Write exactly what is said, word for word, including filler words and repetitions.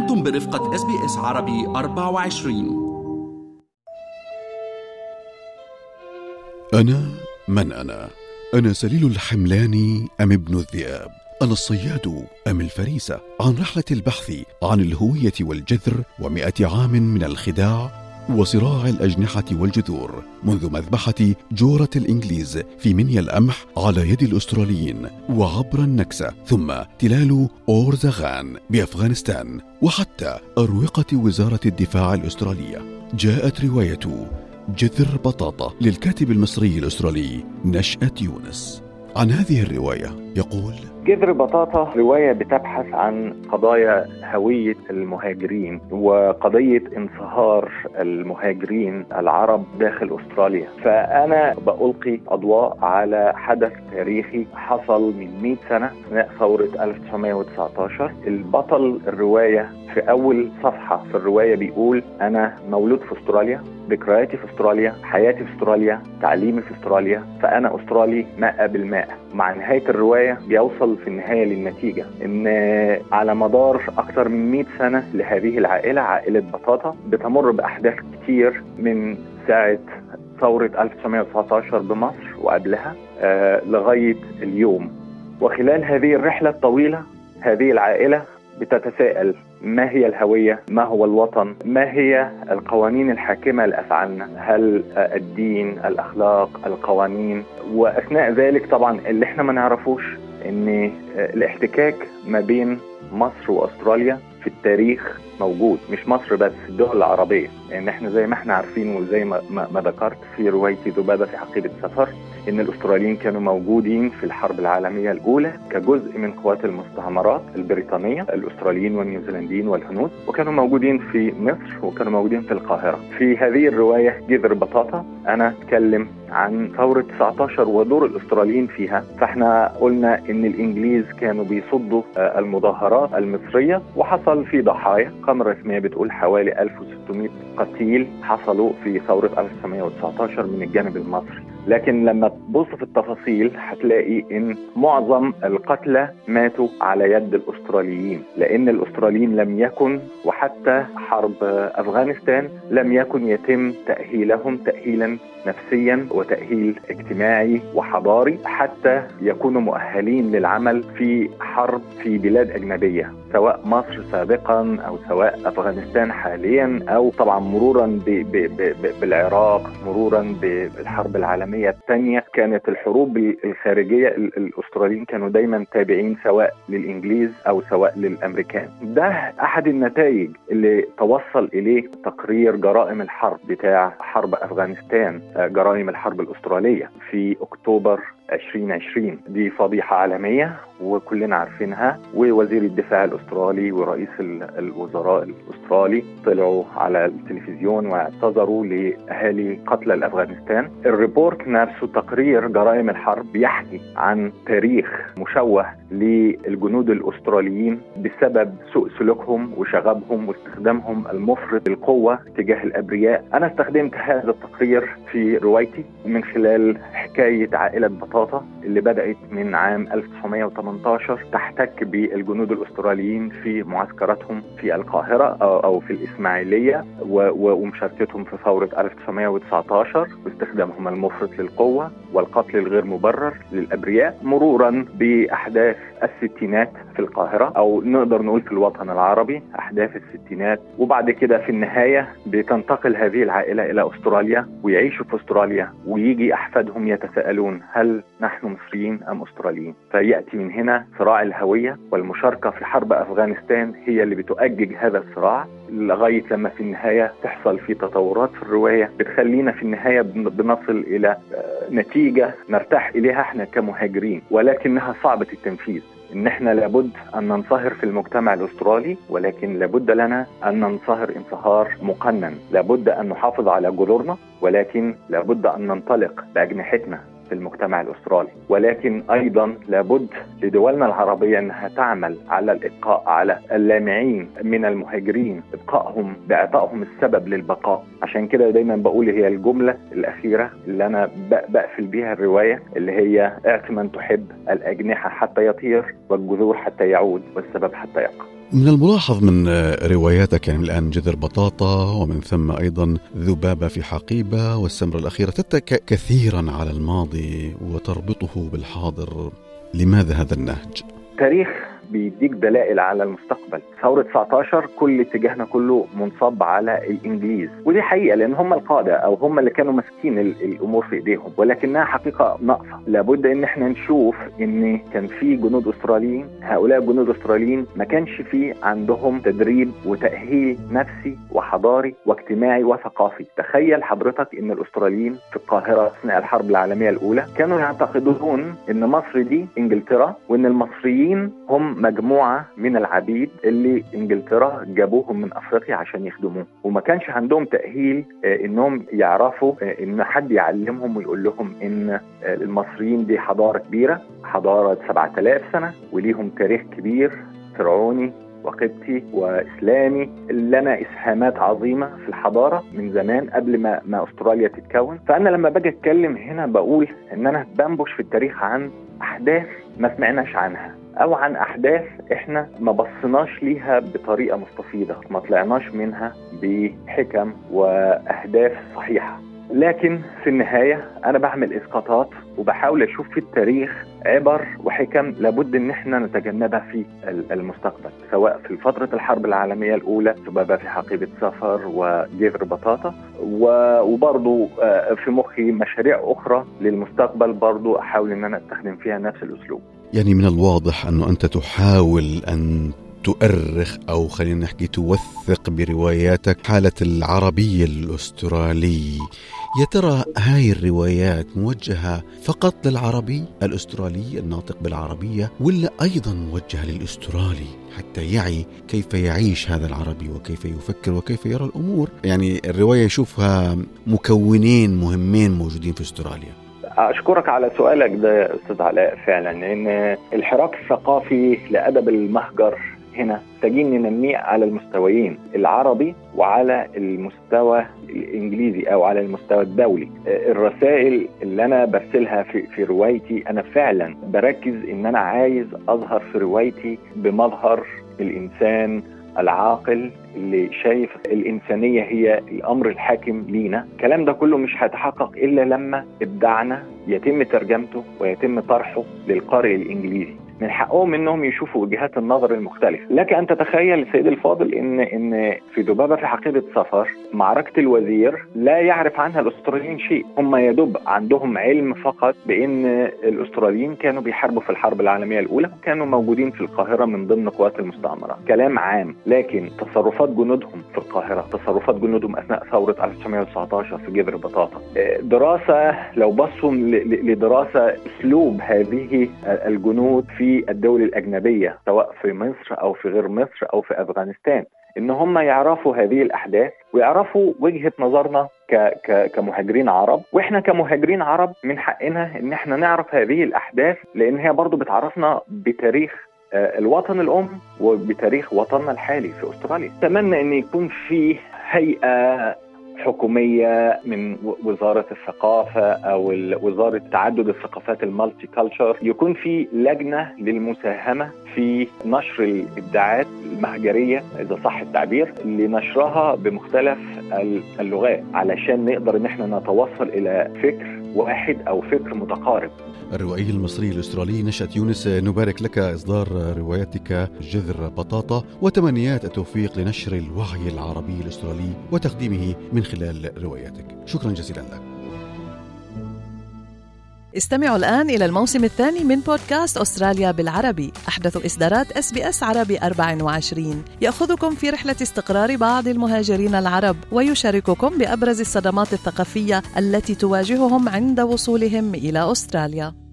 أنتم برفقة إس بي إس عربي أربعة وعشرين. أنا من أنا؟ أنا سليل الحملان أم ابن الذئاب؟ أنا الصياد أم الفريسة؟ عن رحلة البحث عن الهوية والجذر ومئة عام من الخداع وصراع الأجنحة والجذور، منذ مذبحة جورة الإنجليز في منيا القمح على يد الأستراليين، وعبر النكسة، ثم تلال أورزغان بأفغانستان، وحتى أروقة وزارة الدفاع الأسترالية. جاءت رواية جذر بطاطا للكاتب المصري الأسترالي نشأة يونس. عن هذه الرواية يقول: جذر بطاطا رواية بتبحث عن قضايا هوية المهاجرين وقضية انصهار المهاجرين العرب داخل أستراليا. فأنا بألقي أضواء على حدث تاريخي حصل من مئة سنة أثناء ثورة ألف وتسعمئة وتسعة عشر. البطل الرواية في أول صفحة في الرواية بيقول: أنا مولود في أستراليا، ذكرياتي في أستراليا، حياتي في أستراليا، تعليمي في أستراليا، فأنا أسترالي ماء بالماء. مع نهاية الرواية بيوصل في النهاية للنتيجة إن على مدار أكثر من مئة سنة لهذه العائلة، عائلة بطاطا، بتمر بأحداث كتير من ساعة ثورة ألف وتسعمئة وتسعة عشر بمصر وقبلها آه لغاية اليوم. وخلال هذه الرحلة الطويلة هذه العائلة بتتساءل: ما هي الهوية؟ ما هو الوطن؟ ما هي القوانين الحاكمة لأفعالنا؟ هل الدين، الأخلاق، القوانين؟ وأثناء ذلك طبعا اللي احنا ما نعرفوش ان الاحتكاك ما بين مصر وأستراليا في التاريخ موجود، مش مصر بس، الدول العربية. لأن يعني احنا زي ما احنا عارفين وزي ما, ما ذكرت في روايتي ذبابة في حقيبة سفر، ان الأستراليين كانوا موجودين في الحرب العالمية الأولى كجزء من قوات المستعمرات البريطانية، الأستراليين والنيوزيلنديين والهنود، وكانوا موجودين في مصر وكانوا موجودين في القاهرة. في هذه الرواية جذر بطاطا أنا أتكلم عن ثورة تسعة عشر ودور الأستراليين فيها. فاحنا قلنا ان الإنجليز كانوا بيصدوا المظاهرات المصرية وحصل في ضحايا، قامة رسمية بتقول حوالي ألف وستمئة قتيل حصلوا في ثورة ألف وتسعمئة وتسعة عشر من الجانب المصري. لكن لما تبص في التفاصيل هتلاقي ان معظم القتلى ماتوا على يد الأستراليين، لان الأستراليين لم يكن، وحتى حرب أفغانستان لم يكن يتم تأهيلهم تأهيلا نفسيا وتأهيل اجتماعي وحضاري حتى يكونوا مؤهلين للعمل في حرب في بلاد أجنبية، سواء مصر سابقا أو سواء أفغانستان حاليا، أو طبعا مرورا ب ب ب بالعراق، مرورا بالحرب العالمية الثانية. كانت الحروب الخارجية الأستراليين كانوا دايما تابعين سواء للإنجليز أو سواء للأمريكان. ده أحد النتائج اللي توصل إليه تقرير جرائم الحرب بتاع حرب أفغانستان، جرائم الحرب الأسترالية في أكتوبر ألفين وعشرين. دي فضيحة عالمية وكلنا عارفينها، ووزير الدفاع الأسترالي ورئيس الوزراء الأسترالي طلعوا على التلفزيون واعتذروا لأهالي قتلى الأفغانستان. الريبورت نفسه، تقرير جرائم الحرب، بيحكي عن تاريخ مشوه للجنود الأستراليين بسبب سوء سلوكهم وشغبهم واستخدامهم المفرط للقوة تجاه الأبرياء. أنا استخدمت هذا التقرير في روايتي من خلال حكاية عائلة بطاطا اللي بدأت من عام ألف وتسعمئة وثمانية عشر تحتك بالجنود الأستراليين في معسكراتهم في القاهرة أو في الإسماعيلية، ومشاركتهم في ثورة ألف وتسعمئة وتسعة عشر واستخدامهم المفرط للقوة والقتل الغير مبرر للأبرياء، مرورا بأحداث الستينات في القاهرة، أو نقدر نقول في الوطن العربي أحداث الستينات. وبعد كده في النهاية بتنتقل هذه العائلة إلى أستراليا ويعيشوا في أستراليا، ويجي أحفادهم يتساءلون: هل نحن مصريين أم أستراليين؟ فيأتي من هنا صراع الهوية، والمشاركة في حرب أفغانستان هي اللي بتؤجج هذا الصراع، لغاية لما في النهاية تحصل في تطورات في الرواية بتخلينا في النهاية بنصل إلى نتيجة نرتاح إليها احنا كمهاجرين، ولكنها صعبة التنفيذ. إن احنا لابد أن ننصهر في المجتمع الأسترالي، ولكن لابد لنا أن ننصهر انصهار مقنن. لابد أن نحافظ على جذورنا، ولكن لابد أن ننطلق بأجنحتنا في المجتمع الأسترالي. ولكن أيضا لابد لدولنا العربية أنها تعمل على الإبقاء على اللامعين من المهاجرين، إبقائهم بإعطائهم السبب للبقاء. عشان كده دايما بقول هي الجملة الأخيرة اللي أنا بقفل بيها الرواية، اللي هي: اعط من تحب الأجنحة حتى يطير، والجذور حتى يعود، والسبب حتى يبقى. من الملاحظ من رواياتك يعني الآن جذر بطاطا، ومن ثم أيضا ذبابة في حقيبة والسمرة الأخيرة، تتكئ كثيرا على الماضي وتربطه بالحاضر. لماذا هذا النهج؟ تاريخ بيديك دلائل على المستقبل. ثورة تسعة عشر كل اتجاهنا كله منصب على الإنجليز، ودي حقيقة لأن هم القادة أو هم اللي كانوا ماسكين الأمور في إيديهم، ولكنها حقيقة ناقصة. لابد إن احنا نشوف إن كان في جنود أستراليين، هؤلاء الجنود الأستراليين ما كانش في عندهم تدريب وتأهيل نفسي وحضاري واجتماعي وثقافي. تخيل حضرتك إن الأستراليين في القاهرة أثناء الحرب العالمية الأولى كانوا يعتقدون إن مصر دي إنجلترا، وإن المصريين هم مجموعة من العبيد اللي انجلترا جابوهم من افريقيا عشان يخدموه، وما كانش عندهم تأهيل انهم يعرفوا ان حد يعلمهم ويقول لهم ان المصريين دي حضارة كبيرة، حضارة سبعة آلاف سنة وليهم تاريخ كبير فرعوني وقبطي وإسلامي، لنا إسهامات عظيمة في الحضارة من زمان قبل ما, ما أستراليا تتكون. فأنا لما باجي أتكلم هنا بقول إن أنا بنبش في التاريخ عن أحداث ما سمعناش عنها، أو عن أحداث إحنا ما بصناش ليها بطريقة مستفيضة، ما طلعناش منها بحكم وأهداف صحيحة. لكن في النهاية أنا بعمل إسقاطات وبحاول أشوف في التاريخ عبر وحكم لابد إن إحنا نتجنبها في المستقبل، سواء في فترة الحرب العالمية الأولى ذبابة في حقيبة سفر وجذر بطاطا، وبرضو في مخي مشاريع أخرى للمستقبل برضو أحاول إن أنا أستخدم فيها نفس الأسلوب. يعني من الواضح أنه أنت تحاول أن تؤرخ أو خلينا نحكي توثق برواياتك حالة العربي الأسترالي. يا ترى هاي الروايات موجهة فقط للعربي الأسترالي الناطق بالعربية، ولا أيضا موجهة للأسترالي حتى يعي كيف يعيش هذا العربي وكيف يفكر وكيف يرى الأمور؟ يعني الرواية يشوفها مكونين مهمين موجودين في أستراليا. أشكرك على سؤالك ده أستاذ علاء، فعلا لأن الحراك الثقافي لأدب المهجر هنا محتاجين ننميه على المستويين، العربي وعلى المستوى الإنجليزي أو على المستوى الدولي. الرسائل اللي أنا برسلها في, في روايتي أنا فعلا بركز إن أنا عايز أظهر في روايتي بمظهر الإنسان العاقل اللي شايف الإنسانية هي الأمر الحاكم لينا. الكلام ده كله مش هيتحقق إلا لما إبداعنا يتم ترجمته ويتم طرحه للقارئ الإنجليزي. من حقهم انهم يشوفوا وجهات النظر المختلفه. لك ان تتخيل سيد الفاضل ان ان في ذبابة في حقيبة سفر معركة الوزير لا يعرف عنها الاستراليين شيء، هم يدب عندهم علم فقط بان الاستراليين كانوا بيحاربوا في الحرب العالمية الاولى وكانوا موجودين في القاهرة من ضمن قوات المستعمرة، كلام عام. لكن تصرفات جنودهم في القاهرة، تصرفات جنودهم اثناء ثورة ألف وتسعمائة وتسعة عشر في جذر بطاطا، دراسة لو بصوا لدراسة اسلوب هذه الجنود في الدول الأجنبية سواء في مصر أو في غير مصر أو في أفغانستان، إن هم يعرفوا هذه الأحداث ويعرفوا وجهة نظرنا كمهاجرين عرب، وإحنا كمهاجرين عرب من حقنا إن إحنا نعرف هذه الأحداث، لأن هي برضو بتعرفنا بتاريخ الوطن الأم وبتاريخ وطننا الحالي في أستراليا. أتمنى أن يكون في هيئة حكومية من وزارة الثقافة أو وزارة تعدد الثقافات المالتي كالتشر، يكون في لجنة للمساهمة في نشر الإبداعات المهجرية إذا صح التعبير، لنشرها بمختلف اللغات علشان نقدر إن احنا نتوصل إلى فكر واحد أو فكر متقارب. الروائي المصري الأسترالي نشأت يونس، نبارك لك إصدار روايتك جذر بطاطا، وتمنيات التوفيق لنشر الوعي العربي الأسترالي وتقديمه من خلال رواياتك. شكرا جزيلا لك. استمعوا الآن إلى الموسم الثاني من بودكاست أستراليا بالعربي، أحدث إصدارات إس بي إس عربي أربعة وعشرين، يأخذكم في رحلة استقرار بعض المهاجرين العرب ويشارككم بأبرز الصدمات الثقافية التي تواجههم عند وصولهم إلى أستراليا.